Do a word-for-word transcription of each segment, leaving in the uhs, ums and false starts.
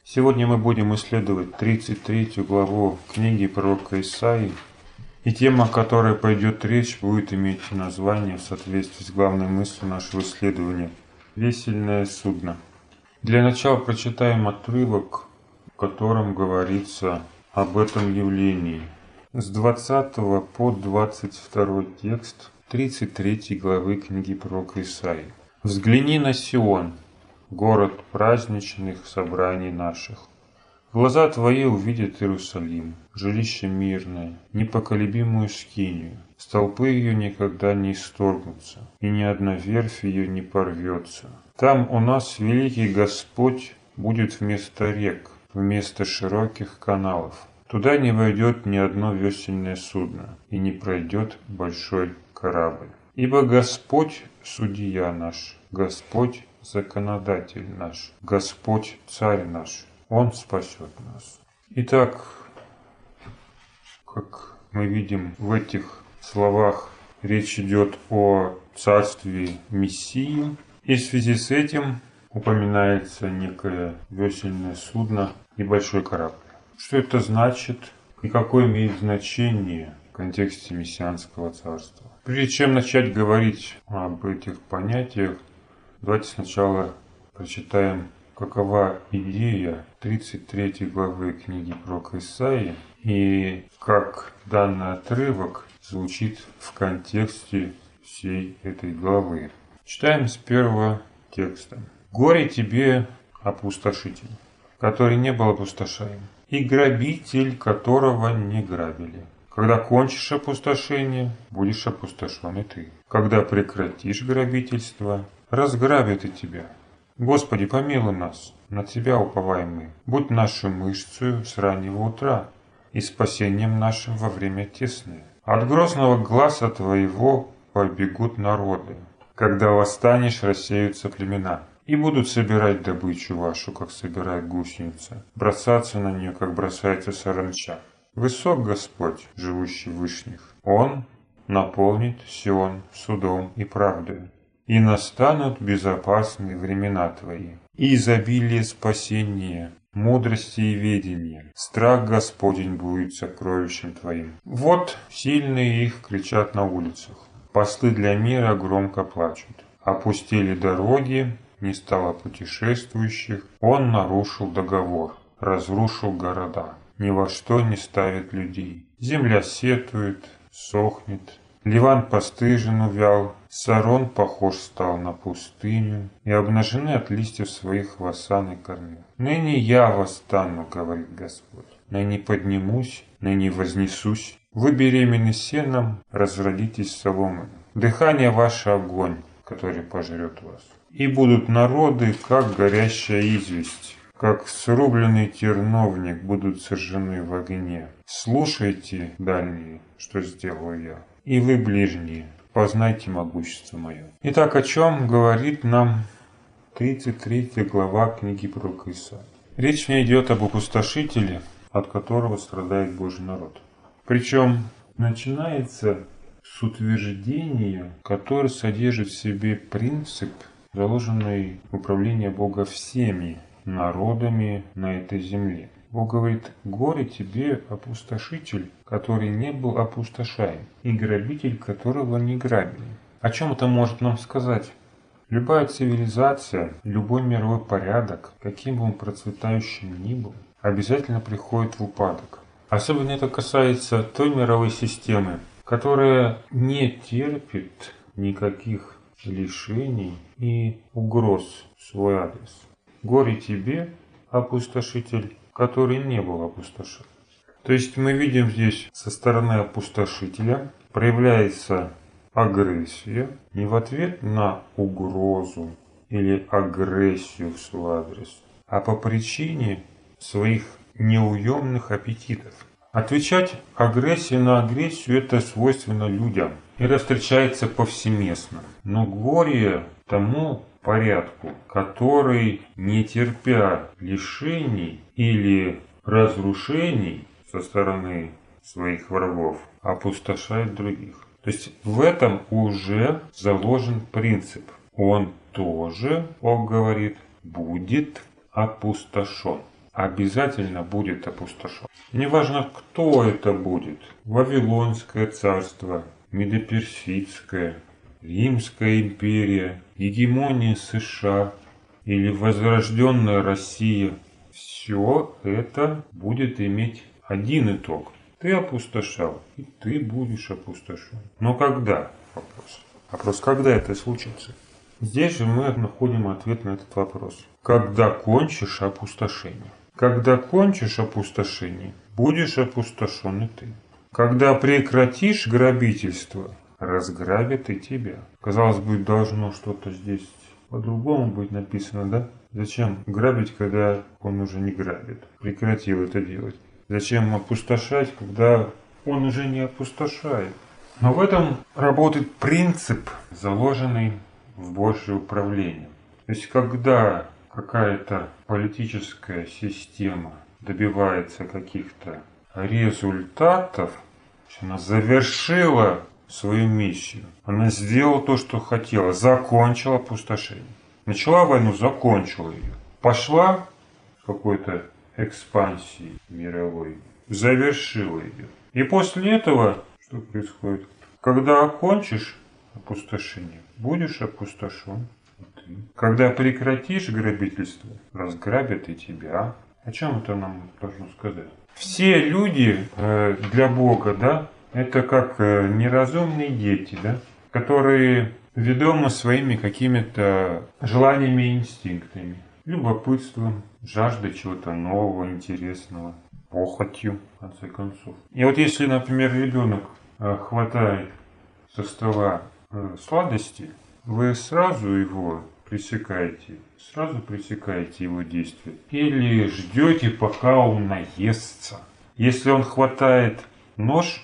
Сегодня мы будем исследовать тридцать третью главу книги пророка Исаии, и тема, о которой пойдет речь, будет иметь название в соответствии с главной мыслью нашего исследования – «Весельное судно». Для начала прочитаем отрывок, в котором говорится об этом явлении. С двадцатого по двадцать второй текст тридцать третьей главы книги пророка Исаии. «Взгляни на Сион, город праздничных собраний наших. Глаза твои увидят Иерусалим, жилище мирное, непоколебимую скинию. Столпы ее никогда не исторгнутся, и ни одна верфь ее не порвется. Там у нас великий Господь будет вместо рек, вместо широких каналов. Туда не войдет ни одно весельное судно, и не пройдет большой корабль. Ибо Господь – судья наш, Господь – законодатель наш, Господь – царь наш, Он спасет нас». Итак, как мы видим в этих словах, речь идет о царстве Мессии, и в связи с этим упоминается некое весельное судно и большой корабль. Что это значит и какое имеет значение в контексте мессианского царства? Прежде чем начать говорить об этих понятиях, давайте сначала прочитаем, какова идея тридцать третьей главы книги пророка Исаии и как данный отрывок звучит в контексте всей этой главы. Читаем с первого текста. «Горе тебе, опустошитель, который не был опустошаем, и грабитель, которого не грабили. Когда кончишь опустошение, будешь опустошен и ты. Когда прекратишь грабительство, разграбят и тебя. Господи, помилуй нас, на Тебя уповаем мы. Будь нашу мышцею с раннего утра и спасением нашим во время тесное. От грозного глаза Твоего побегут народы. Когда восстанешь, рассеются племена, и будут собирать добычу вашу, как собирает гусеница, бросаться на нее, как бросается саранча. Высок Господь, живущий в вышних. Он наполнит Сион судом и правдой. И настанут безопасные времена твои, и изобилие спасения, мудрости и ведения. Страх Господень будет сокровищем твоим. Вот сильные их кричат на улицах. Послы для мира громко плачут. Опустили дороги, не стало путешествующих. Он нарушил договор, разрушил города. Ни во что не ставит людей. Земля сетует, сохнет. Ливан постыжен увял, Сарон похож стал на пустыню, и обнажены от листьев своих васан и корню. Ныне я восстану, говорит Господь, ныне поднимусь, ныне вознесусь. Вы беременны сеном, разродитесь соломой. Дыхание ваше огонь, который пожрет вас. И будут народы, как горящая известь, как срубленный терновник будут сожжены в огне. Слушайте, дальние, что сделаю я. И вы, ближние, познайте могущество мое». Итак, о чем говорит нам тридцать третья глава книги пророка Исаии? Речь не идет об опустошителе, от которого страдает Божий народ. Причем начинается с утверждения, которое содержит в себе принцип, заложенный в управление Бога всеми народами на этой земле. Бог говорит: «Горе тебе, опустошитель, который не был опустошаем, и грабитель, которого не грабили». О чем это может нам сказать? Любая цивилизация, любой мировой порядок, каким бы он процветающим ни был, обязательно приходит в упадок. Особенно это касается той мировой системы, которая не терпит никаких лишений и угроз в свой адрес. Горе тебе, опустошитель, который не был опустошен. То есть мы видим здесь со стороны опустошителя проявляется агрессия не в ответ на угрозу или агрессию в свой адрес, а по причине своих неуемных аппетитов. Отвечать агрессией на агрессию – это свойственно людям. Это встречается повсеместно. Но горе тому порядку, который, не терпя лишений или разрушений со стороны своих врагов, опустошает других. То есть в этом уже заложен принцип. Он тоже, Бог говорит, будет опустошен. обязательно будет опустошен. Неважно, кто это будет. Вавилонское царство, Медоперсидское, Римская империя, гегемония США или возрожденная Россия. Все это будет иметь один итог. Ты опустошал, и ты будешь опустошен. Но когда? Вопрос. Вопрос, когда это случится? Здесь же мы находим ответ на этот вопрос. Когда кончишь опустошение. Когда кончишь опустошение, будешь опустошен и ты. Когда прекратишь грабительство, разграбят и тебя. Казалось бы, должно что-то здесь по-другому быть написано, да? Зачем грабить, когда он уже не грабит? Прекратил это делать. Зачем опустошать, когда он уже не опустошает? Но в этом работает принцип, заложенный в Божье управление. То есть, когда какая-то политическая система добивается каких-то результатов, она завершила свою миссию, она сделала то, что хотела, закончила опустошение. Начала войну, закончила ее. Пошла в какой-то экспансии мировой, завершила ее. И после этого что происходит? Когда окончишь опустошение, будешь опустошен. Когда прекратишь грабительство, разграбят и тебя. О чем это нам должно сказать? Все люди э, для Бога, да, это как э, неразумные дети, да, которые ведомы своими какими-то желаниями и инстинктами, любопытством, жаждой чего-то нового, интересного, похотью, в конце концов. И вот если, например, ребенок э, хватает со стола э, сладости, вы сразу его пресекаете, сразу пресекаете его действия. Или ждете, пока он наестся. Если он хватает нож,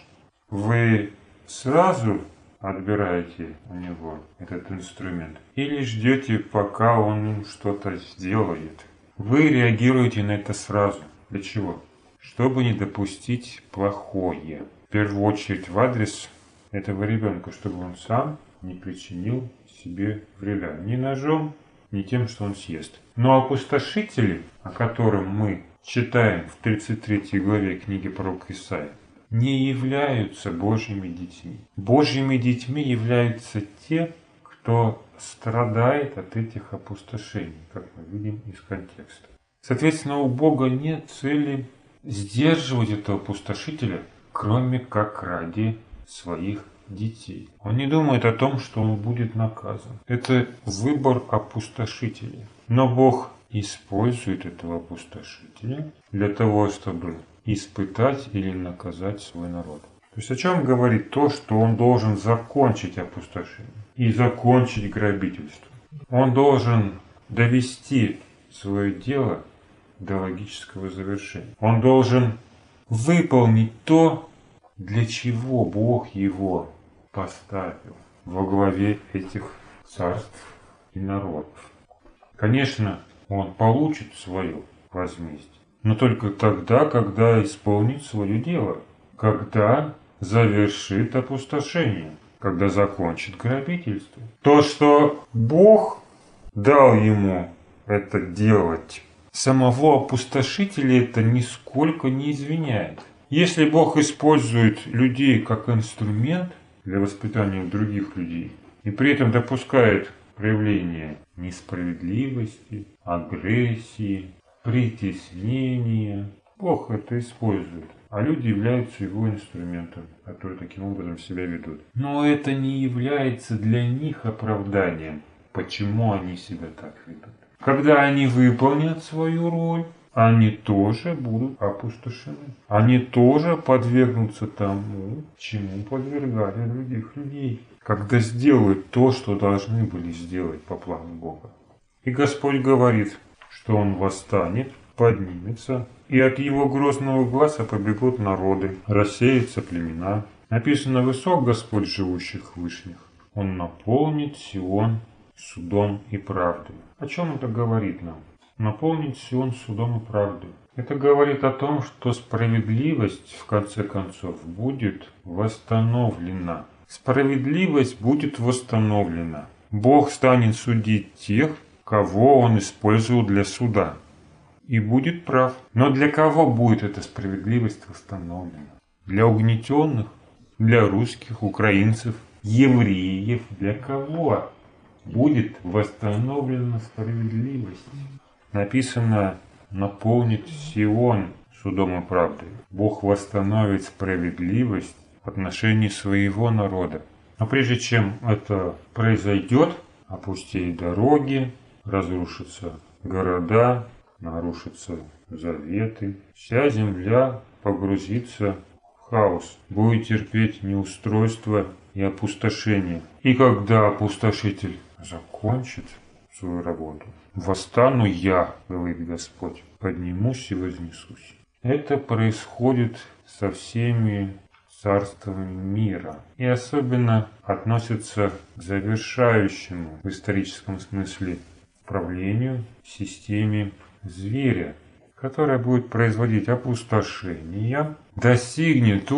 вы сразу отбираете у него этот инструмент. Или ждете, пока он им что-то сделает. Вы реагируете на это сразу. Для чего? Чтобы не допустить плохое. В первую очередь в адрес этого ребенка, чтобы он сам не причинил себе вреда ни ножом, ни тем, что он съест. Но опустошители, о котором мы читаем в тридцать третьей главе книги пророка Исаия, не являются Божьими детьми. Божьими детьми являются те, кто страдает от этих опустошений, как мы видим из контекста. Соответственно, у Бога нет цели сдерживать этого опустошителя, кроме как ради своих детей. Он не думает о том, что он будет наказан. Это выбор опустошителя. Но Бог использует этого опустошителя для того, чтобы испытать или наказать свой народ. То есть о чем говорит то, что он должен закончить опустошение и закончить грабительство. Он должен довести свое дело до логического завершения. Он должен выполнить то, для чего Бог его поставил во главе этих царств и народов. Конечно, он получит свое возмездие, но только тогда, когда исполнит свое дело, когда завершит опустошение, когда закончит грабительство. То, что Бог дал ему это делать, самого опустошителя это нисколько не извиняет. Если Бог использует людей как инструмент для воспитания других людей и при этом допускает проявление несправедливости, агрессии, притеснения, Бог это использует, а люди являются его инструментом, которые таким образом себя ведут. Но это не является для них оправданием, почему они себя так ведут. Когда они выполнят свою роль, они тоже будут опустошены. Они тоже подвергнутся тому, чему подвергали других людей. Когда сделают то, что должны были сделать по плану Бога. И Господь говорит, что Он восстанет, поднимется, и от Его грозного глаза побегут народы, рассеются племена. Написано: высок Господь живущих в вышних. Он наполнит Сион судом и правдой. О чем это говорит нам? Наполнить Сион судом и правдой. Это говорит о том, что справедливость, в конце концов, будет восстановлена. Справедливость будет восстановлена. Бог станет судить тех, кого Он использовал для суда. и будет прав. Но для кого будет эта справедливость восстановлена? Для угнетенных? Для русских, украинцев, евреев? Для кого будет восстановлена справедливость? Написано: наполнит Сион судом и правдой. Бог восстановит справедливость в отношении своего народа. Но прежде чем это произойдет, опустеют дороги, разрушатся города, нарушатся заветы. Вся земля погрузится в хаос, будет терпеть неустройство и опустошение. И когда опустошитель закончит свою работу, восстану я, говорит Господь, поднимусь и вознесусь. Это происходит со всеми царствами мира и особенно относится к завершающему в историческом смысле правлению системе зверя, которая будет производить опустошение, достигнет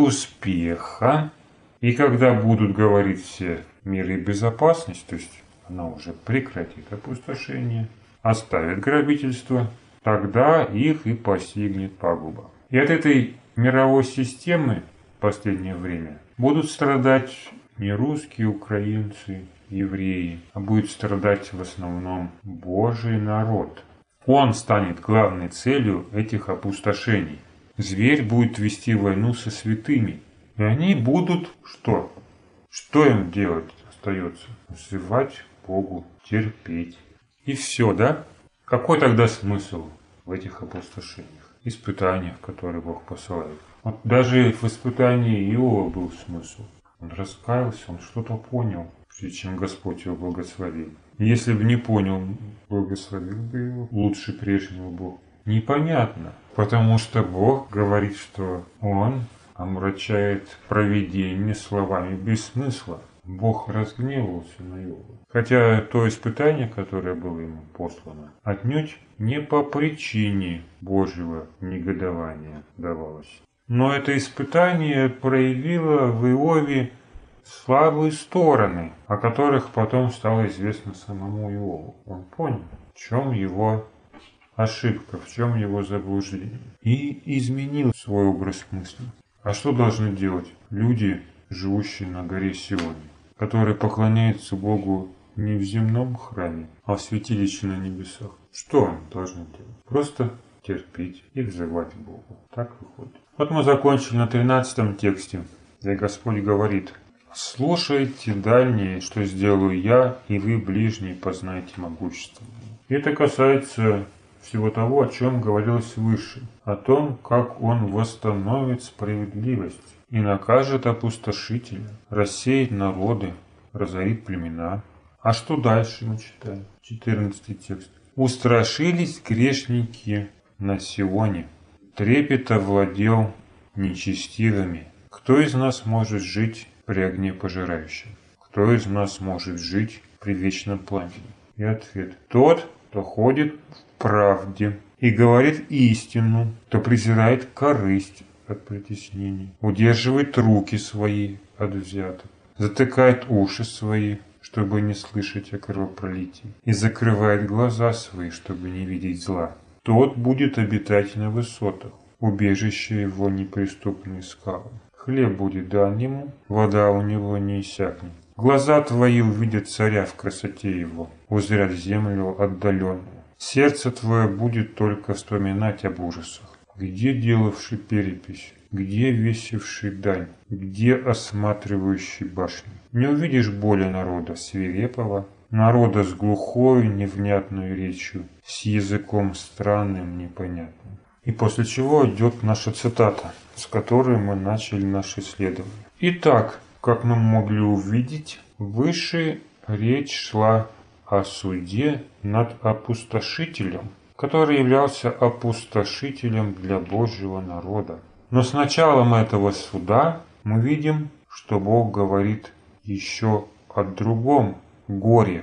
успеха, и когда будут говорить все мир и безопасность, то есть она уже прекратит опустошение, оставит грабительство, тогда их и постигнет пагуба. И от этой мировой системы в последнее время будут страдать не русские, украинцы, евреи, а будет страдать в основном Божий народ. Он станет главной целью этих опустошений. Зверь будет вести войну со святыми. И они будут что? Что им делать остается? Взывать Богу, терпеть. И все, да? Какой тогда смысл в этих опустошениях, испытаниях, которые Бог посылает? Вот даже в испытании Иова был смысл. Он раскаялся, он что-то понял, прежде чем Господь его благословил. Если бы не понял, благословил бы его лучше прежнего Бога. Непонятно, потому что Бог говорит, что Он омрачает провидение словами без смысла. Бог разгневался на Иова. Хотя то испытание, которое было ему послано, отнюдь не по причине Божьего негодования давалось. Но это испытание проявило в Иове слабые стороны, о которых потом стало известно самому Иову. Он понял, в чем его ошибка, в чем его заблуждение, и изменил свой образ мысли. А что должны делать люди, живущие на горе Сионе, которые поклоняются Богу не в земном храме, а в святилище на небесах? Что они должны делать? Просто терпеть и взывать к Богу. Так выходит. Вот мы закончили на тринадцатом тексте, где Господь говорит: «Слушайте дальние, что сделаю я, и вы, ближние, познаете могущество». И это касается всего того, о чем говорилось выше, о том, как Он восстановит справедливость и накажет опустошителя, рассеет народы, разорит племена. А что дальше мы читаем? четырнадцатый текст. «Устрашились грешники на Сионе, трепет овладел нечестивыми. Кто из нас может жить при огне пожирающем? Кто из нас может жить при вечном пламени?» И ответ: тот, кто ходит в правде и говорит истину, кто презирает корысть от притеснений, удерживает руки свои от взяток, затыкает уши свои, чтобы не слышать о кровопролитии, и закрывает глаза свои, чтобы не видеть зла. Тот будет обитать на высотах, убежище его неприступные скалы. Хлеб будет дан ему, вода у него не иссякнет. Глаза твои увидят царя в красоте его, узрят землю отдаленную. Сердце твое будет только вспоминать об ужасах. Где делавший перепись? Где весивший дань? Где осматривающий башни? Не увидишь боли народа свирепого, народа с глухой невнятной речью, с языком странным, непонятным. И после чего идет наша цитата, с которой мы начали наше исследование. Итак, как мы могли увидеть, выше речь шла о суде над опустошителем, который являлся опустошителем для Божьего народа. Но с началом этого суда мы видим, что Бог говорит еще о другом горе.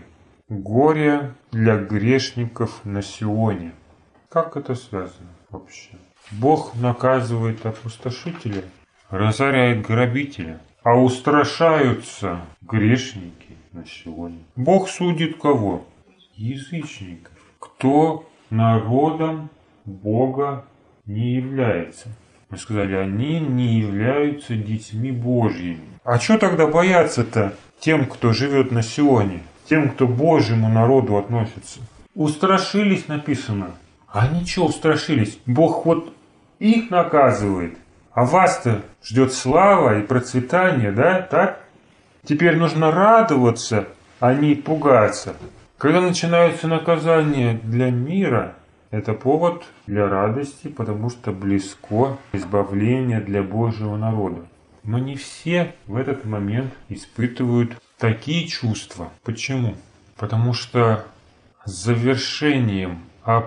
Горе для грешников на Сионе. Как это связано вообще? Бог наказывает опустошителя, разоряет грабителя, а устрашаются грешники на Сионе. Бог судит кого? Язычников. Кто народом Бога не является. Мы сказали, они не являются детьми Божьими. А что тогда бояться-то тем, кто живет на Сионе, тем, кто к Божьему народу относится? Устрашились, написано. А ничего, устрашились. Бог вот их наказывает, а вас-то ждет слава и процветание, да? Так? Теперь нужно радоваться, а не пугаться. Когда начинаются наказания для мира, это повод для радости, потому что близко избавление для Божьего народа. Но не все в этот момент испытывают такие чувства. Почему? Потому что с завершением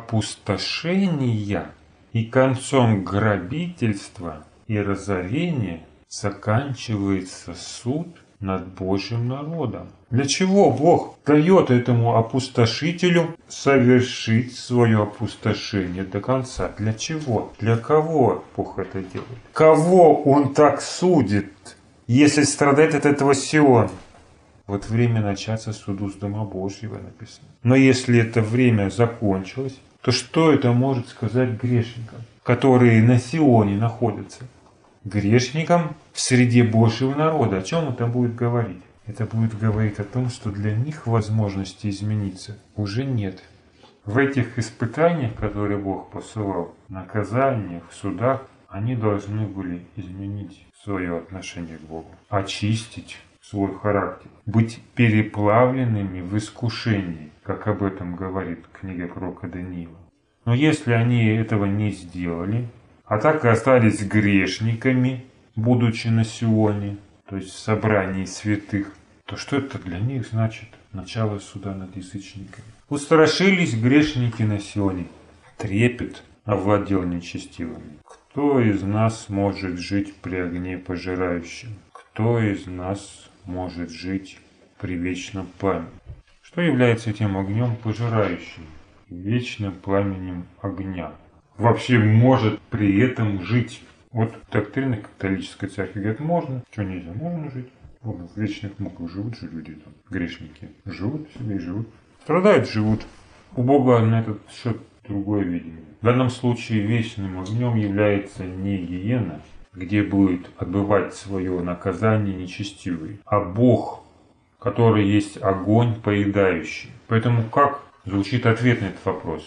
опустошения и концом грабительства и разорения заканчивается суд над Божьим народом. Для чего Бог дает этому опустошителю совершить свое опустошение до конца? Для чего? Для кого Бог это делает? Кого Он так судит, если страдает от этого Сион? Вот время начаться суду с Дома Божьего написано. Но если это время закончилось, то что это может сказать грешникам, которые на Сионе находятся? Грешникам в среде Божьего народа. О чем это будет говорить? Это будет говорить о том, что для них возможности измениться уже нет. В этих испытаниях, которые Бог посылал, наказаниях, судах, они должны были изменить свое отношение к Богу, очистить свой характер, быть переплавленными в искушении, как об этом говорит книга пророка Даниила. Но если они этого не сделали, а так и остались грешниками, будучи на Сионе, то есть в собрании святых, то что это для них значит? Начало суда над язычниками. Устрашились грешники на Сионе. Трепет овладел нечестивыми. Кто из нас может жить при огне пожирающем? Кто из нас может жить при вечном пламени? Что является этим огнем пожирающим? Вечным пламенем огня. Вообще может при этом жить. Вот доктрина католической церкви говорит, можно, что нельзя, можно жить. Вот в вечных муках живут же люди, там, грешники. Живут себе и живут. Страдают, живут. У Бога на этот счет другое видение. В данном случае вечным огнем является не гиена, где будет отбывать свое наказание нечестивый, а Бог, который есть огонь поедающий. Поэтому как звучит ответ на этот вопрос?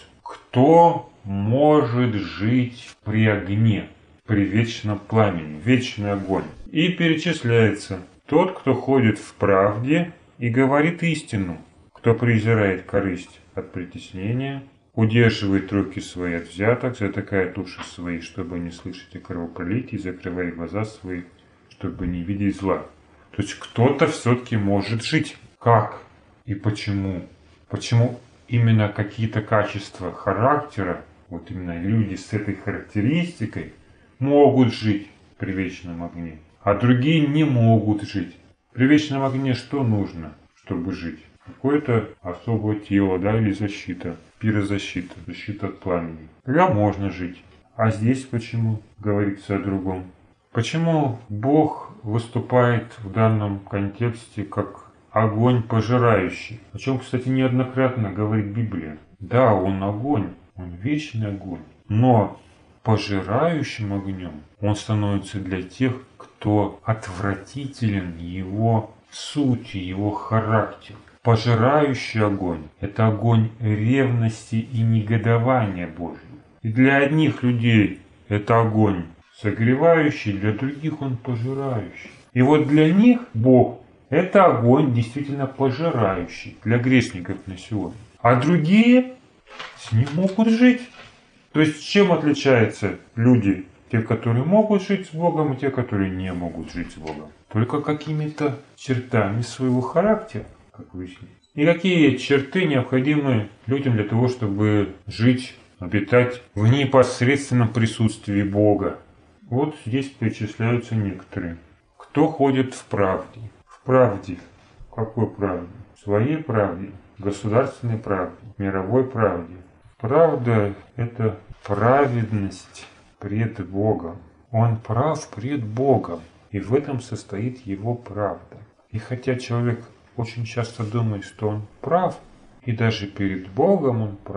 Кто может жить при огне, при вечном пламени, вечный огонь? И перечисляется тот, кто ходит в правде и говорит истину, кто презирает корысть от притеснения, удерживает руки свои от взяток, затыкает уши свои, чтобы не слышать о кровопролитии, закрывает глаза свои, чтобы не видеть зла. То есть кто-то все-таки может жить. Как и почему? Почему именно какие-то качества характера, вот именно люди с этой характеристикой, могут жить при вечном огне, а другие не могут жить? При вечном огне что нужно, чтобы жить? Какое-то особое тело, да, или защита, пирозащита, защита от пламени. Тогда можно жить. А здесь почему говорится о другом? Почему Бог выступает в данном контексте как огонь пожирающий? О чем, кстати, неоднократно говорит Библия. Да, он огонь, он вечный огонь, но пожирающим огнем он становится для тех, кто отвратителен его сути, его характер. Пожирающий огонь – это огонь ревности и негодования Божьего. И для одних людей это огонь согревающий, для других он пожирающий. И вот для них Бог – это огонь действительно пожирающий, для грешников на сегодня. А другие с ним могут жить. То есть чем отличаются люди, те, которые могут жить с Богом, и те, которые не могут жить с Богом? Только какими-то чертами своего характера, как выяснилось. И какие черты необходимы людям для того, чтобы жить, обитать в непосредственном присутствии Бога? Вот здесь перечисляются некоторые. Кто ходит в правде? В правде. В какой правде? В своей правде, государственной правде, мировой правде. Правда – это праведность пред Богом. Он прав пред Богом, и в этом состоит его правда. И хотя человек очень часто думает, что он прав, и даже перед Богом он прав,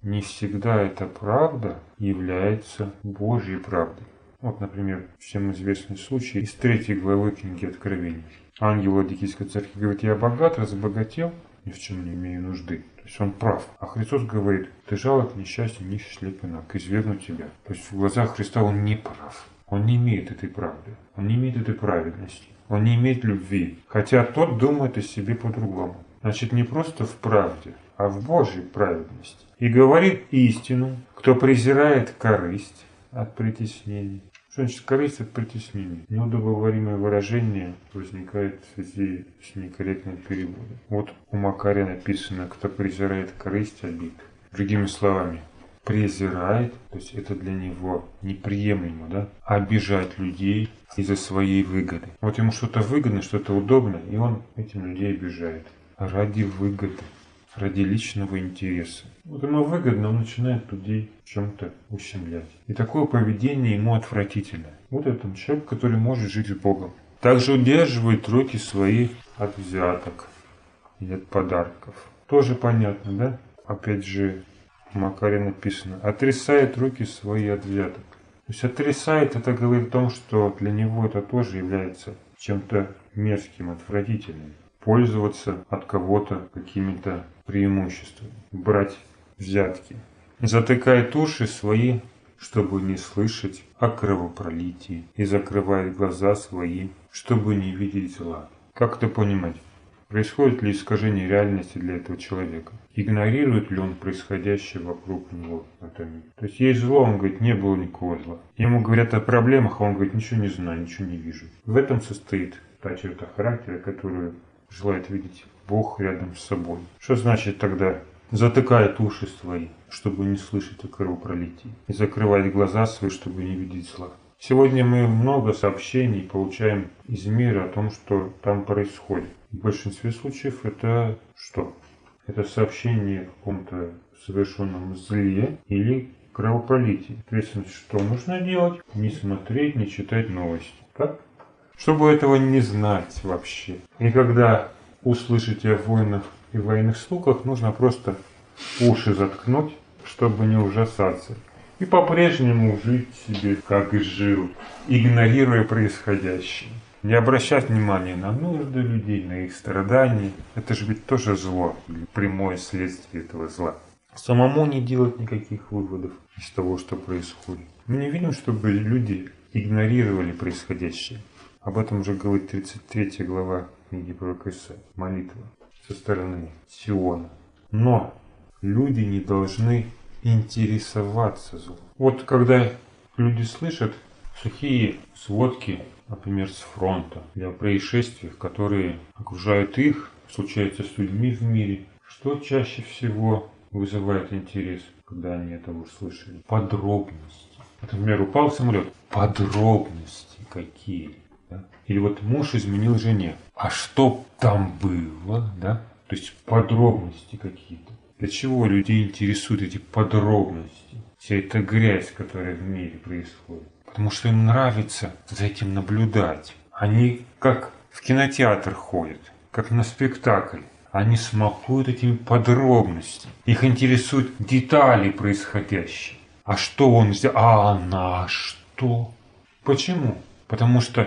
не всегда эта правда является Божьей правдой. Вот, например, всем известный случай из третьей главы книги Откровений. Ангел Ладикийской церкви говорит: я богат, разбогател, ни в чем не имею нужды. То есть он прав. А Христос говорит: ты жалок, несчастен, нищий, слеп и наг, извергну тебя. То есть в глазах Христа он не прав. Он не имеет этой правды. Он не имеет этой праведности. Он не имеет любви. Хотя тот думает о себе по-другому. Значит, не просто в правде, а в Божьей праведности. И говорит истину, кто презирает корысть от притеснений. Что значит корысть от притеснений? Неудобоваримое выражение возникает в связи с некорректным переводом. Вот у Макария написано: кто презирает корысть, обид. Другими словами, презирает, то есть это для него неприемлемо, да, обижать людей из-за своей выгоды. Вот ему что-то выгодно, что-то удобно, и он этим людей обижает. Ради выгоды, ради личного интереса. Вот ему выгодно, он начинает людей в чем-то ущемлять. И такое поведение ему отвратительно. Вот этот человек, который может жить с Богом. Также удерживает руки свои от взяток и от подарков. Тоже понятно, да? Опять же, в Макаре написано: отрисает руки свои от взяток. То есть отрисает, это говорит о том, что для него это тоже является чем-то мерзким, отвратительным. Пользоваться от кого-то какими-то преимуществами. Брать взятки. Затыкает уши свои, чтобы не слышать о кровопролитии. И закрывает глаза свои, чтобы не видеть зла. Как это понимать? Происходит ли искажение реальности для этого человека? Игнорирует ли он происходящее вокруг него в этом мире? То есть есть зло, он говорит: не было никакого зла. Ему говорят о проблемах, а он говорит: ничего не знаю, ничего не вижу. В этом состоит та черта характера, которую желает видеть Бог рядом с собой. Что значит тогда затыкает уши свои, чтобы не слышать о кровопролитии, и закрывает глаза свои, чтобы не видеть зла? Сегодня мы много сообщений получаем из мира о том, что там происходит. В большинстве случаев это что? Это сообщение о каком-то совершенном зле или кровопролитии. Соответственно, что нужно делать? Не смотреть, не читать новости. Так? Чтобы этого не знать вообще. И когда услышите о войнах и военных слухах, нужно просто уши заткнуть, чтобы не ужасаться. И по-прежнему жить себе, как и жил, игнорируя происходящее. Не обращать внимания на нужды людей, на их страдания. Это же ведь тоже зло, или прямое следствие этого зла. Самому не делать никаких выводов из того, что происходит. Мы не видим, чтобы люди игнорировали происходящее. Об этом уже говорит тридцать третья глава книги пророка Исаии. Молитва со стороны Сиона. Но люди не должны интересоваться злом. Вот когда люди слышат сухие сводки, например, с фронта, или о происшествиях, которые окружают их, случаются с людьми в мире, что чаще всего вызывает интерес, когда они это услышали? Подробности. Например, упал самолет. Подробности какие? Да? Или вот муж изменил жене. А что там было? Да? То есть подробности какие-то. Для чего людей интересуют эти подробности? Вся эта грязь, которая в мире происходит. Потому что им нравится за этим наблюдать. Они как в кинотеатр ходят, как на спектакль. Они смакуют этими подробностями. Их интересуют детали происходящие. А что он сделал? А она что? Почему? Потому что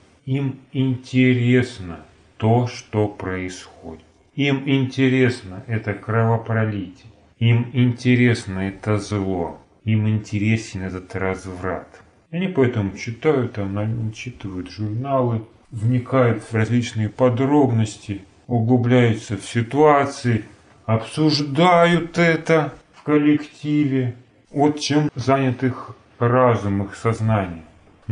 им интересно то, что происходит. Им интересно это кровопролитие. Им интересно это зло. Им интересен этот разврат. И они поэтому читают, там, читают журналы, вникают в различные подробности, углубляются в ситуации, обсуждают это в коллективе. Вот чем занят их разум, их сознание.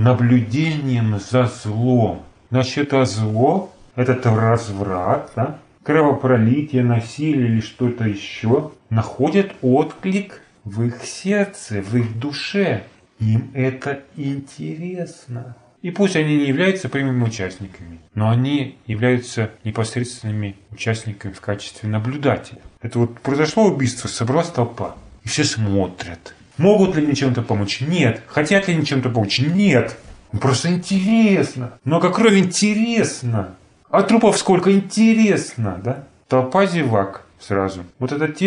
Наблюдением за злом. Значит, это зло, этот разврат, да, кровопролитие, насилие или что-то еще находит отклик в их сердце, в их душе. Им это интересно. И пусть они не являются прямыми участниками, но они являются непосредственными участниками в качестве наблюдателя. Это вот произошло убийство, собралась толпа. И все смотрят. Могут ли они чем-то помочь? Нет. Хотят ли они чем-то помочь? Нет. Просто интересно. Много крови интересно. А трупов сколько интересно, да? Толпа зевак сразу. Вот это те,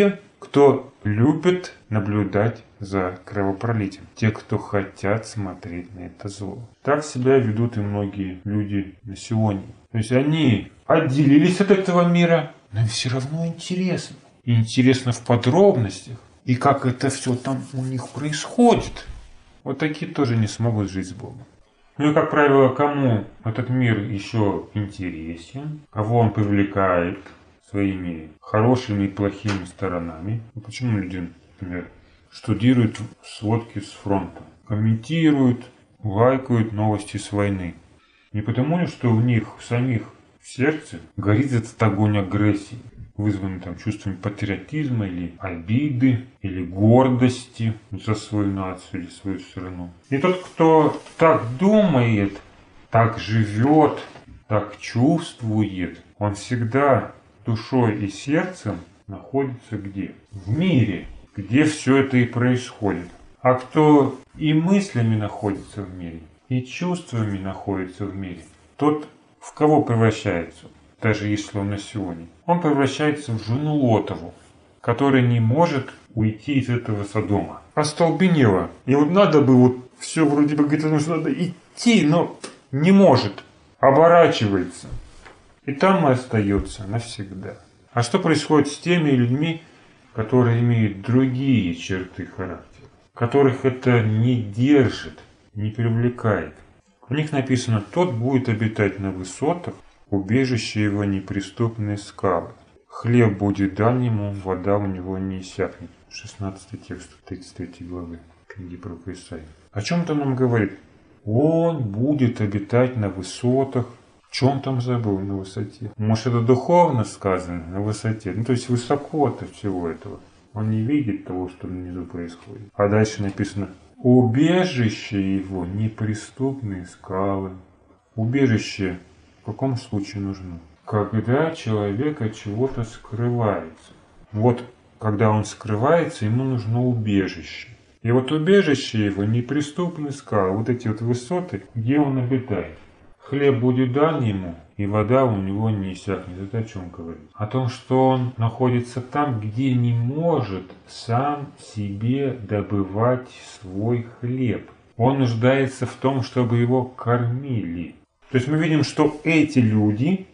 кто любит наблюдать за кровопролитием. Те, кто хотят смотреть на это зло. Так себя ведут и многие люди на сегодня. То есть они отделились от этого мира, но им все равно интересно. И интересно в подробностях. И как это все там у них происходит. Вот такие тоже не смогут жить с Богом. Ну и, как правило, кому этот мир еще интересен, кого он привлекает своими хорошими и плохими сторонами. Ну, почему люди, например, штудируют сводки с фронта, комментируют, лайкают новости с войны? Не потому ли, что в них самих в сердце горит этот огонь агрессии, вызванный там чувствами патриотизма или обиды, или гордости за свою нацию или свою страну. И тот, кто так думает, так живет, так чувствует, он всегда душой и сердцем находится где? В мире, где все это и происходит. А кто и мыслями находится в мире, и чувствами находится в мире, тот в кого превращается? Даже если он на сегодня. Он превращается в жену Лотову, которая не может уйти из этого Содома. Остолбенела. И вот надо бы вот все вроде бы говорит, что надо идти, но не может. Оборачивается. И там и остается навсегда. А что происходит с теми людьми, которые имеют другие черты характера, которых это не держит, не привлекает? У них написано: тот будет обитать на высотах, убежище его неприступные скалы. Хлеб будет дан ему, вода у него не иссякнет. шестнадцатый текст тридцать третьей главы книги пророка Исаии. О чем это нам говорит? Он будет обитать на высотах. В чем там забыл на высоте? Может, это духовно сказано, на высоте? Ну, то есть высоко от всего этого. Он не видит того, что внизу происходит. А дальше написано: убежище его неприступные скалы. Убежище в каком случае нужно? Когда человек от чего-то скрывается. Вот когда он скрывается, ему нужно убежище. И вот убежище его неприступные скалы, вот эти вот высоты, где он обитает. Хлеб будет дан ему, и вода у него не иссякнет. Это о чем говорит? О том, что он находится там, где не может сам себе добывать свой хлеб. Он нуждается в том, чтобы его кормили. То есть мы видим, что эти люди,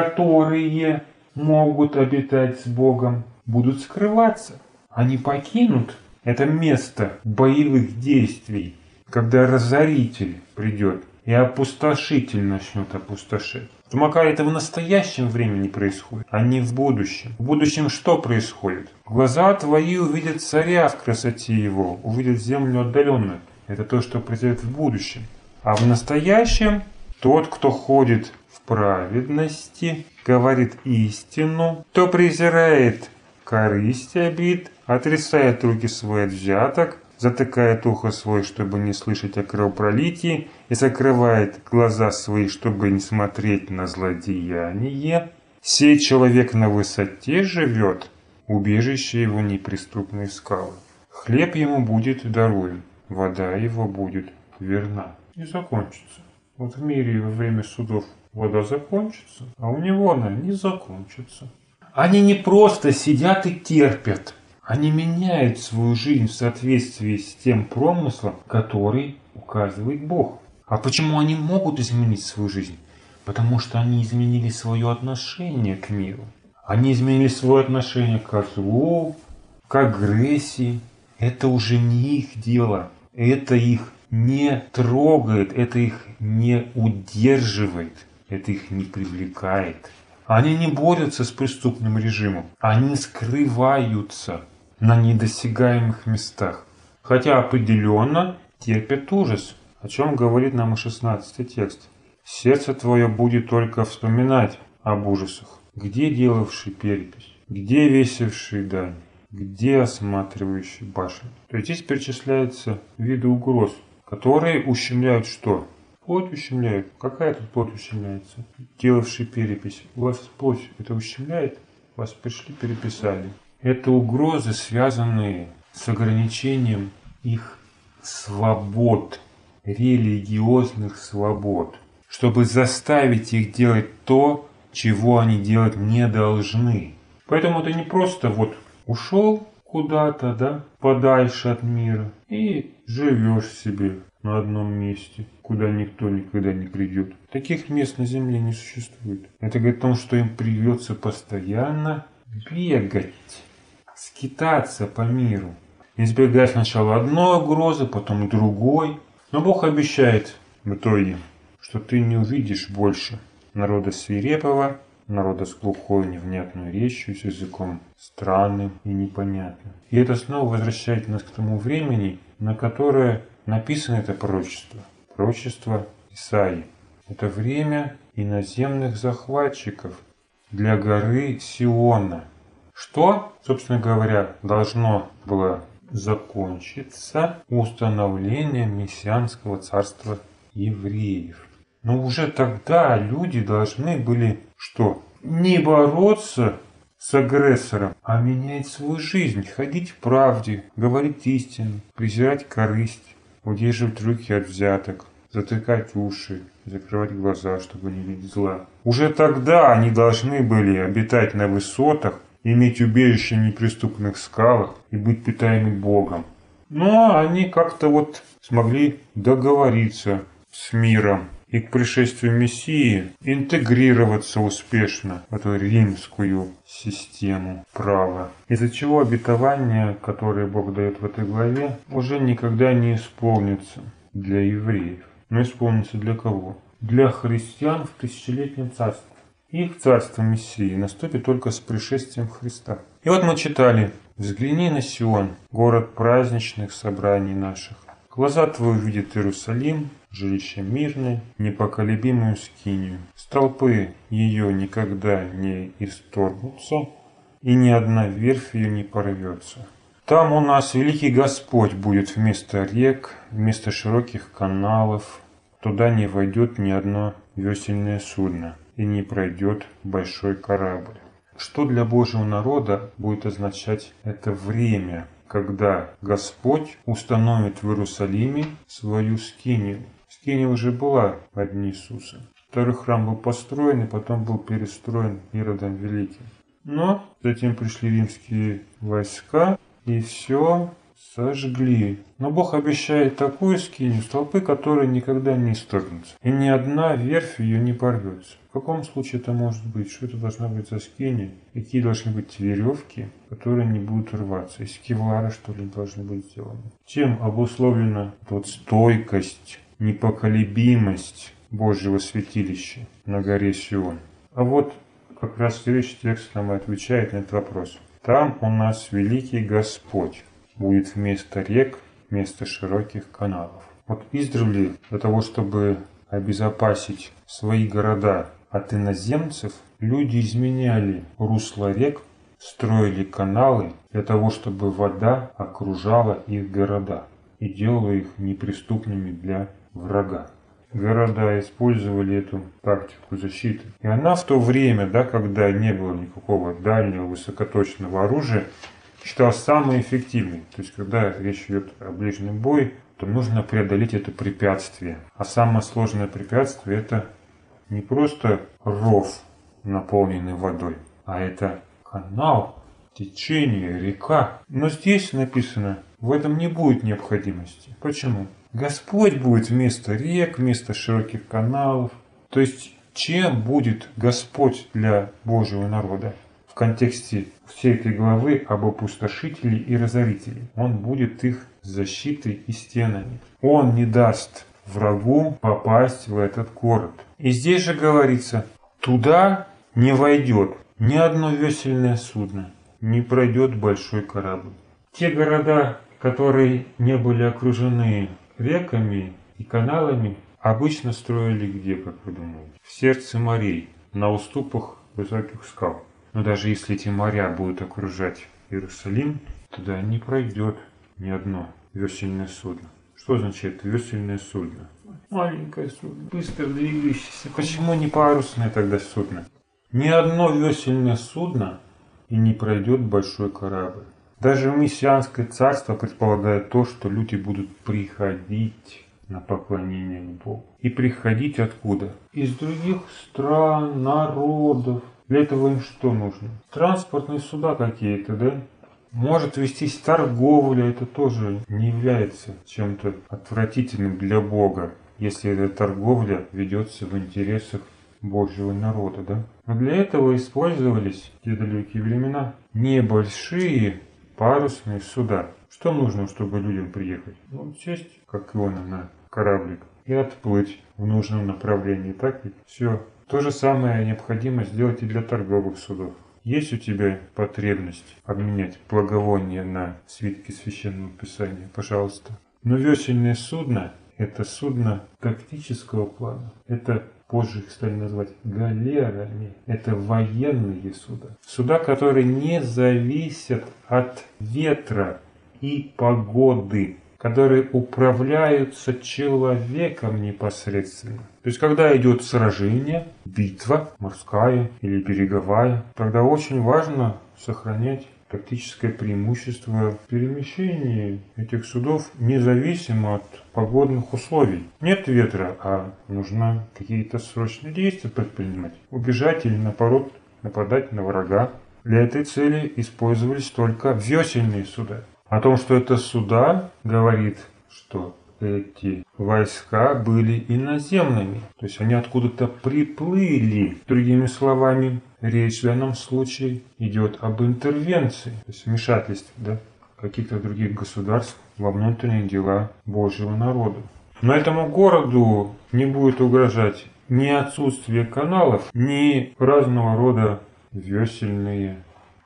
которые могут обитать с Богом, будут скрываться. Они покинут это место боевых действий, когда разоритель придет и опустошитель начнет опустошать. Тумака это в настоящем времени происходит, а не в будущем. В будущем что происходит? Глаза твои увидят царя в красоте его, увидят землю отдаленную. Это то, что произойдет в будущем. А в настоящем тот, кто ходит в праведности, говорит истину, кто презирает корысть обид, отрицает руки свои от взяток, затыкает ухо свое, чтобы не слышать о кровопролитии, и закрывает глаза свои, чтобы не смотреть на злодеяние. Сей человек на высоте живет, убежище его неприступные скалы. Хлеб ему будет даруем, вода его будет верна. И закончится. Вот в мире во время судов вода закончится, а у него она не закончится. Они не просто сидят и терпят. Они меняют свою жизнь в соответствии с тем промыслом, который указывает Бог. А почему они могут изменить свою жизнь? Потому что они изменили свое отношение к миру. Они изменили свое отношение к злу, к агрессии. Это уже не их дело. Это их не трогает, это их не удерживает, это их не привлекает. Они не борются с преступным режимом, они скрываются на недосягаемых местах. Хотя определенно терпят ужас, о чем говорит нам и шестнадцатый текст. Сердце твое будет только вспоминать об ужасах. Где делавший перепись? Где весивший дань? Где осматривающий башню? То есть здесь перечисляются виды угроз, которые ущемляют что? Плоть ущемляют. Какая тут плоть ущемляется? Делавший перепись. У вас плоть это ущемляет? Вас пришли, переписали. Это угрозы, связанные с ограничением их свобод, религиозных свобод, чтобы заставить их делать то, чего они делать не должны. Поэтому это не просто вот ушел куда-то, да, подальше от мира, и живешь себе на одном месте, куда никто никогда не придет. Таких мест на земле не существует. Это говорит о том, что им придется постоянно бегать, скитаться по миру, избегая сначала одной угрозы, потом другой. Но Бог обещает в итоге, что ты не увидишь больше народа свирепого, народа с глухой невнятной речью, с языком странным и непонятным. И это снова возвращает нас к тому времени, на которое написано это пророчество. Пророчество Исаии. Это время иноземных захватчиков для горы Сиона. Что, собственно говоря, должно было закончиться установлением мессианского царства евреев. Но уже тогда люди должны были что? Не бороться с агрессором, а менять свою жизнь, ходить в правде, говорить истину, презирать корысть, удерживать руки от взяток, затыкать уши, закрывать глаза, чтобы не видеть зла. Уже тогда они должны были обитать на высотах, иметь убежище в неприступных скалах и быть питаемы Богом. Но они как-то вот смогли договориться с миром и к пришествию Мессии интегрироваться успешно в эту римскую систему права. Из-за чего обетование, которое Бог дает в этой главе, уже никогда не исполнится для евреев. Но исполнится для кого? Для христиан в тысячелетнем царстве. Их царство Мессии наступит только с пришествием Христа. И вот мы читали: «Взгляни на Сион, город праздничных собраний наших. Глаза твои увидят Иерусалим, жилище мирное, непоколебимую скинию. Столпы ее никогда не исторгнутся, и ни одна верфь ее не порвется. Там у нас великий Господь будет вместо рек, вместо широких каналов. Туда не войдет ни одно весельное судно, и не пройдет большой корабль». Что для Божьего народа будет означать это время, когда Господь установит в Иерусалиме свою скинию? Скиния уже была во дни Иисуса. Второй храм был построен и потом был перестроен Иродом Великим. Но затем пришли римские войска и все сожгли. Но Бог обещает такую скинию, столпы, которые никогда не исторгнутся. И ни одна верфь ее не порвется. В каком случае это может быть? Что это должна быть за скиния? Какие должны быть веревки, которые не будут рваться? Из кевлара, что ли, должны быть сделаны? Чем обусловлена вот стойкость, непоколебимость Божьего святилища на горе Сион? А вот как раз следующий текст нам и отвечает на этот вопрос. Там у нас великий Господь будет вместо рек, вместо широких каналов. Вот издревле для того, чтобы обезопасить свои города от иноземцев, люди изменяли русло рек, строили каналы для того, чтобы вода окружала их города и делала их неприступными для врага. Города использовали эту тактику защиты. И она в то время, да, когда не было никакого дальнего высокоточного оружия, считалась самой эффективной. То есть, когда речь идет о ближнем бое, то нужно преодолеть это препятствие. А самое сложное препятствие — это не просто ров, наполненный водой, а это канал, течение, река. Но здесь написано, в этом не будет необходимости. Почему? Господь будет вместо рек, вместо широких каналов. То есть, чем будет Господь для Божьего народа? В контексте всей этой главы об опустошителе и разорителе. Он будет их защитой и стенами. Он не даст врагу попасть в этот город. И здесь же говорится, туда не войдет ни одно весельное судно, не пройдет большой корабль. Те города, которые не были окружены реками и каналами, обычно строили где, как вы думаете? В сердце морей, на уступах высоких скал. Но даже если эти моря будут окружать Иерусалим, туда не пройдет ни одно весельное судно. Что означает весельное судно? Маленькое судно, быстро двигающееся. Почему не парусное тогда судно? Ни одно весельное судно и не пройдет большой корабль. Даже мессианское царство предполагает то, что люди будут приходить на поклонение к Богу. И приходить откуда? Из других стран, народов. Для этого им что нужно? Транспортные суда какие-то, да? Может вестись торговля, это тоже не является чем-то отвратительным для Бога, если эта торговля ведется в интересах Божьего народа, да? Но для этого использовались в те далекие времена небольшие парусные суда. Что нужно, чтобы людям приехать? Ну, сесть, как Иона, на кораблик и отплыть в нужном направлении, так ведь? Все. То же самое необходимо сделать и для торговых судов. Есть у тебя потребность обменять благовоние на свитки Священного Писания? Пожалуйста. Но весельное судно – это судно тактического плана. Это позже их стали называть галерами. Это военные суда. Суда, которые не зависят от ветра и погоды, которые управляются человеком непосредственно. То есть, когда идет сражение, битва, морская или береговая, тогда очень важно сохранять тактическое преимущество в перемещении этих судов независимо от погодных условий. Нет ветра, а нужно какие-то срочные действия предпринимать. Убежать или, наоборот, нападать на врага. Для этой цели использовались только весельные суда. О том, что это суда, говорит, что эти войска были иноземными. То есть они откуда-то приплыли. Другими словами, речь в данном случае идет об интервенции, то есть вмешательстве, да, каких-то других государств во внутренние дела Божьего народа. Но этому городу не будет угрожать ни отсутствие каналов, ни разного рода весельные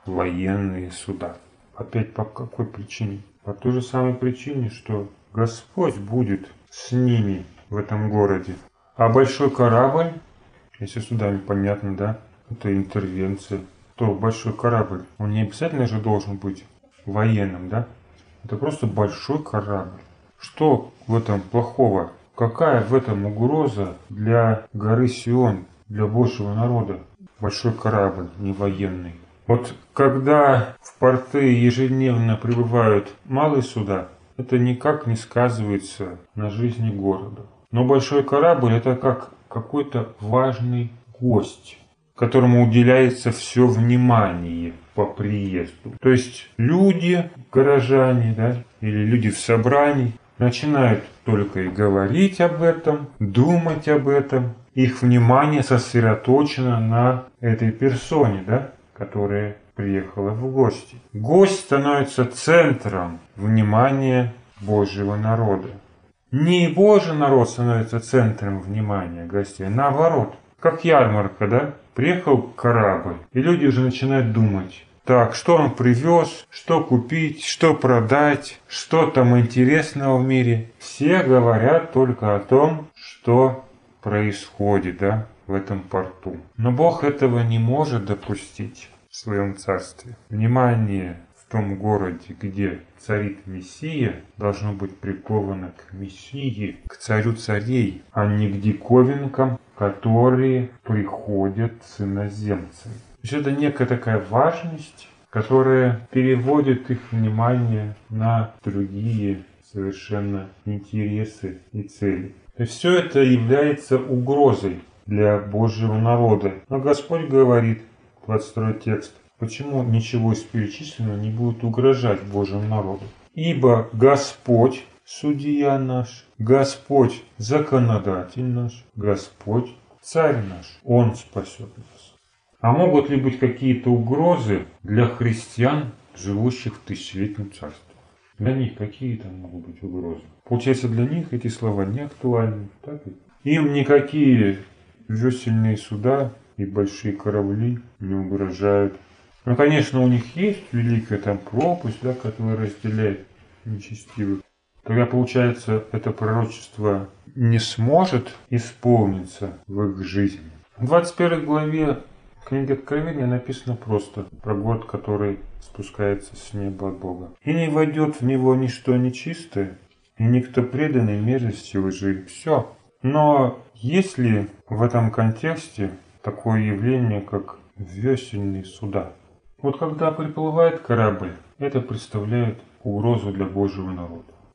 военные суда. Опять по какой причине? По той же самой причине, что Господь будет с ними в этом городе. А большой корабль, если судами понятно, да, это интервенция, то большой корабль, он не обязательно же должен быть военным, да? Это просто большой корабль. Что в этом плохого? Какая в этом угроза для горы Сион, для Божьего народа? Большой корабль, не военный. Вот когда в порты ежедневно прибывают малые суда, это никак не сказывается на жизни города. Но большой корабль – это как какой-то важный гость, которому уделяется все внимание по приезду. То есть люди, горожане, да, или люди в собрании начинают только и говорить об этом, думать об этом. Их внимание сосредоточено на этой персоне, да, которая приехала в гости. Гость становится центром внимания Божьего народа. Не Божий народ становится центром внимания гостей, а наоборот. Как ярмарка, да? Приехал корабль, и люди уже начинают думать. Так, что он привез, что купить, что продать, что там интересного в мире. Все говорят только о том, что происходит, да, в этом порту. Но Бог этого не может допустить в своем царстве. Внимание в том городе, где царит Мессия, должно быть приковано к Мессии, к царю царей, а не к диковинкам, которые приходят с иноземцами. То есть это некая такая важность, которая переводит их внимание на другие совершенно интересы и цели. То есть все это является угрозой для Божьего народа. Но Господь говорит, двадцать второй текст, почему ничего из перечисленного не будет угрожать Божьему народу? Ибо Господь судья наш, Господь законодатель наш, Господь царь наш, Он спасет нас. А могут ли быть какие-то угрозы для христиан, живущих в тысячелетнем царстве? Для них какие там могут быть угрозы? Получается, для них эти слова не актуальны. Так? Им никакие весельные суда и большие корабли не угрожают. Ну, конечно, у них есть великая там пропасть, да, которая разделяет нечестивых. Тогда, получается, это пророчество не сможет исполниться в их жизни. В двадцать первой главе книги Откровения написано просто про город, который спускается с неба от Бога. «И не войдет в него ничто нечистое, и никто преданный мерзости лжи». Все. Но есть ли в этом контексте такое явление, как весельные суда? Вот когда приплывает корабль, это представляет угрозу для Божьего народа.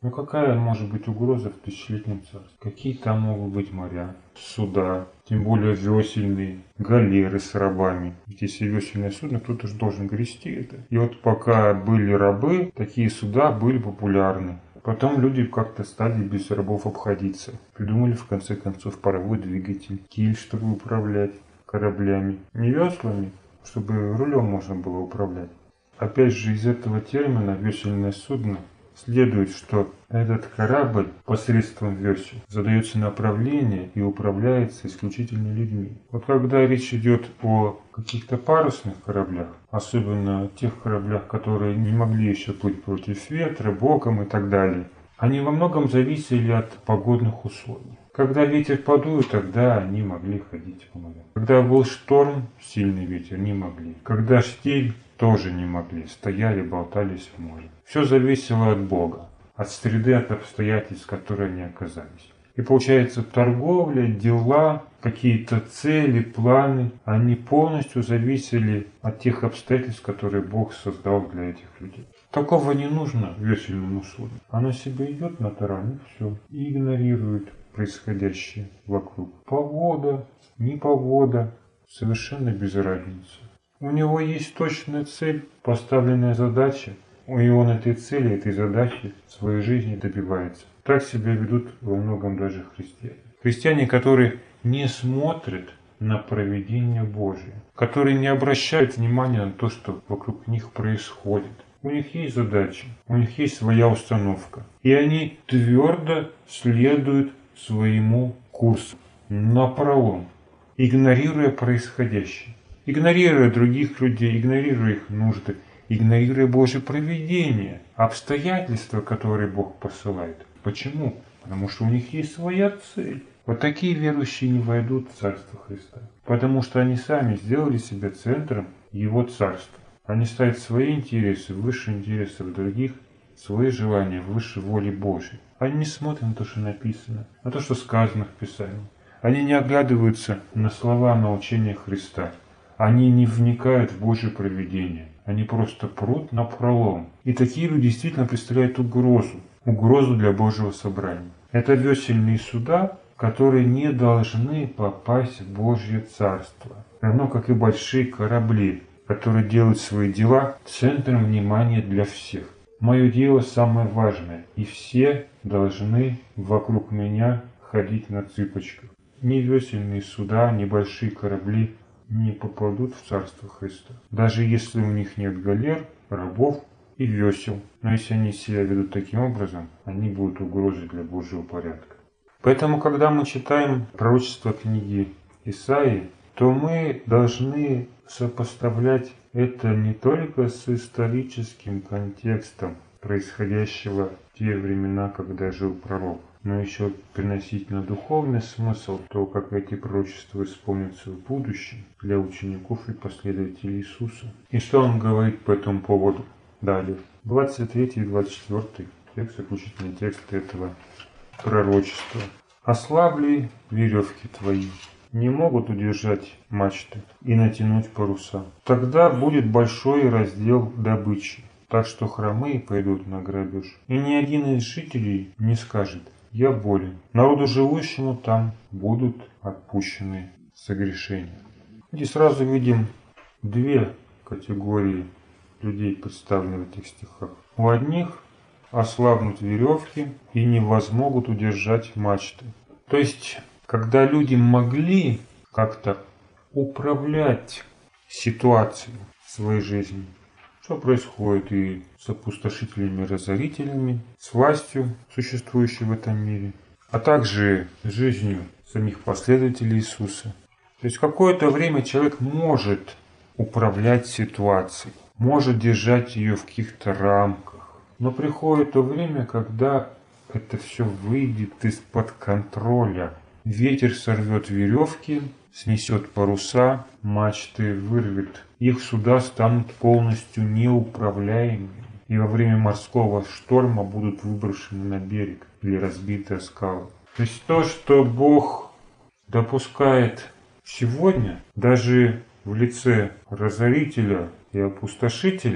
Ну какая может быть угроза в тысячелетнем царстве? Какие там могут быть моря, суда, тем более весельные, галеры с рабами. Ведь если весельное судно, кто-то же должен грести это. И вот пока были рабы, такие суда были популярны. Потом люди как-то стали без рабов обходиться. Придумали в конце концов паровой двигатель, киль, чтобы управлять кораблями. Не веслами, чтобы рулем можно было управлять. Опять же, из этого термина «весельное судно» следует, что этот корабль посредством весел задается направление и управляется исключительно людьми. Вот когда речь идет о каких-то парусных кораблях, особенно тех кораблях, которые не могли еще плыть против ветра, боком и так далее, они во многом зависели от погодных условий. Когда ветер подует, тогда они могли ходить по морям. Когда был шторм, сильный ветер, не могли. Когда штиль, тоже не могли. Стояли, болтались в море. Все зависело от Бога, от среды, от обстоятельств, в которые они оказались. И получается, торговля, дела, какие-то цели, планы, они полностью зависели от тех обстоятельств, которые Бог создал для этих людей. Такого не нужно весельному судну. Оно себе идет на таран и все. И игнорирует происходящее вокруг. Погода, непогода, совершенно без разницы. У него есть точная цель, поставленная задача, и он этой цели, этой задачи в своей жизни добивается. Так себя ведут во многом даже христиане. Христиане, которые не смотрят на провидение Божие, которые не обращают внимания на то, что вокруг них происходит. У них есть задача, у них есть своя установка, и они твердо следуют своему курсу напролом, игнорируя происходящее, игнорируя других людей, игнорируя их нужды, игнорируя Божье провидение, обстоятельства, которые Бог посылает. Почему? Потому что у них есть своя цель. Вот такие верующие не войдут в Царство Христа, потому что они сами сделали себя центром Его Царства. Они ставят свои интересы выше интересов других, свои желания выше воли Божьей. Они не смотрят на то, что написано, на то, что сказано в Писании. Они не оглядываются на слова научения Христа. Они не вникают в Божье провидение. Они просто прут напролом. И такие люди действительно представляют угрозу. Угрозу для Божьего собрания. Это весельные суда, которые не должны попасть в Божье Царство. Равно как и большие корабли, которые делают свои дела центром внимания для всех. Мое дело самое важное, и все должны вокруг меня ходить на цыпочках. Ни весельные суда, ни большие корабли не попадут в Царство Христа. Даже если у них нет галер, рабов и весел. Но если они себя ведут таким образом, они будут угрозой для Божьего порядка. Поэтому, когда мы читаем пророчество книги Исаии, то мы должны сопоставлять это не только с историческим контекстом происходящего в те времена, когда жил пророк, но еще приносить на духовный смысл то, как эти пророчества исполнятся в будущем для учеников и последователей Иисуса. И что он говорит по этому поводу далее? двадцать третий и двадцать четвёртый текст, заключительный текст этого пророчества. «Ослабли веревки твои, не могут удержать мачты и натянуть паруса. Тогда будет большой раздел добычи, так что хромые пойдут на грабеж. И ни один из жителей не скажет: я болен. Народу живущему там будут отпущены согрешения». И сразу видим две категории людей, представлены в этих стихах. У одних ослабнут веревки и не возмогут удержать мачты. То есть, когда люди могли как-то управлять ситуацией в своей жизни, что происходит и с опустошителями-разорителями, с властью, существующей в этом мире, а также с жизнью самих последователей Иисуса. То есть какое-то время человек может управлять ситуацией, может держать ее в каких-то рамках. Но приходит то время, когда это все выйдет из-под контроля. Ветер сорвет веревки, снесет паруса, мачты вырвет. Их суда станут полностью неуправляемыми. И во время морского шторма будут выброшены на берег или разбиты о скалы. То есть то, что Бог допускает сегодня, даже в лице разорителя и опустошителя,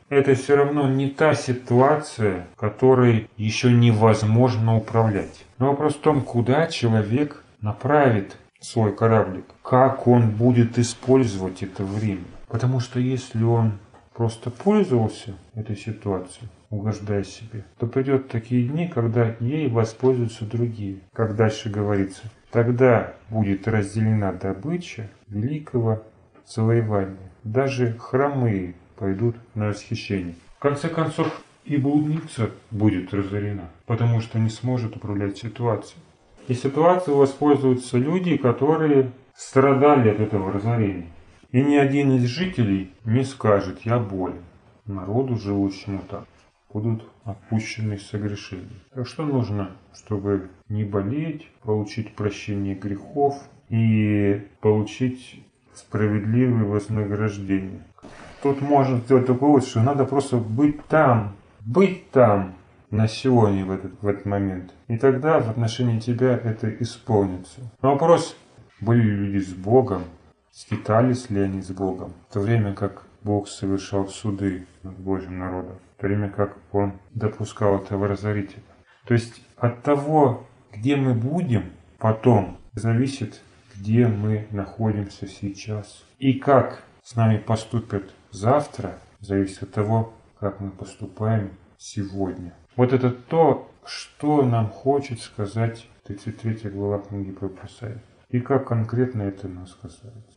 это все равно не та ситуация, которой еще невозможно управлять. Но вопрос в том, куда человек направит свой кораблик, как он будет использовать это время. Потому что если он просто пользовался этой ситуацией, угождая себе, то придет такие дни, когда ей воспользуются другие. Как дальше говорится, тогда будет разделена добыча великого завоевания. Даже хромые пойдут на расхищение. В конце концов, и блудница будет разорена, потому что не сможет управлять ситуацией. И ситуацией воспользуются люди, которые страдали от этого разорения. И ни один из жителей не скажет: «Я болен». Народу, живущему так, будут отпущены согрешения. Так что нужно, чтобы не болеть, получить прощение грехов и получить справедливое вознаграждение. Тут можно сделать такой вывод, что надо просто быть там, быть там на сегодня в этот, в этот момент. И тогда в отношении тебя это исполнится. Но вопрос, были ли люди с Богом, скитались ли они с Богом, в то время как Бог совершал суды над Божьим народом, в то время как Он допускал этого разорителя. То есть от того, где мы будем потом, зависит, где мы находимся сейчас. И как с нами поступят завтра, зависит от того, как мы поступаем сегодня. Вот это то, что нам хочет сказать тридцать третья глава книги Пророка Исаии. И как конкретно это нас касается.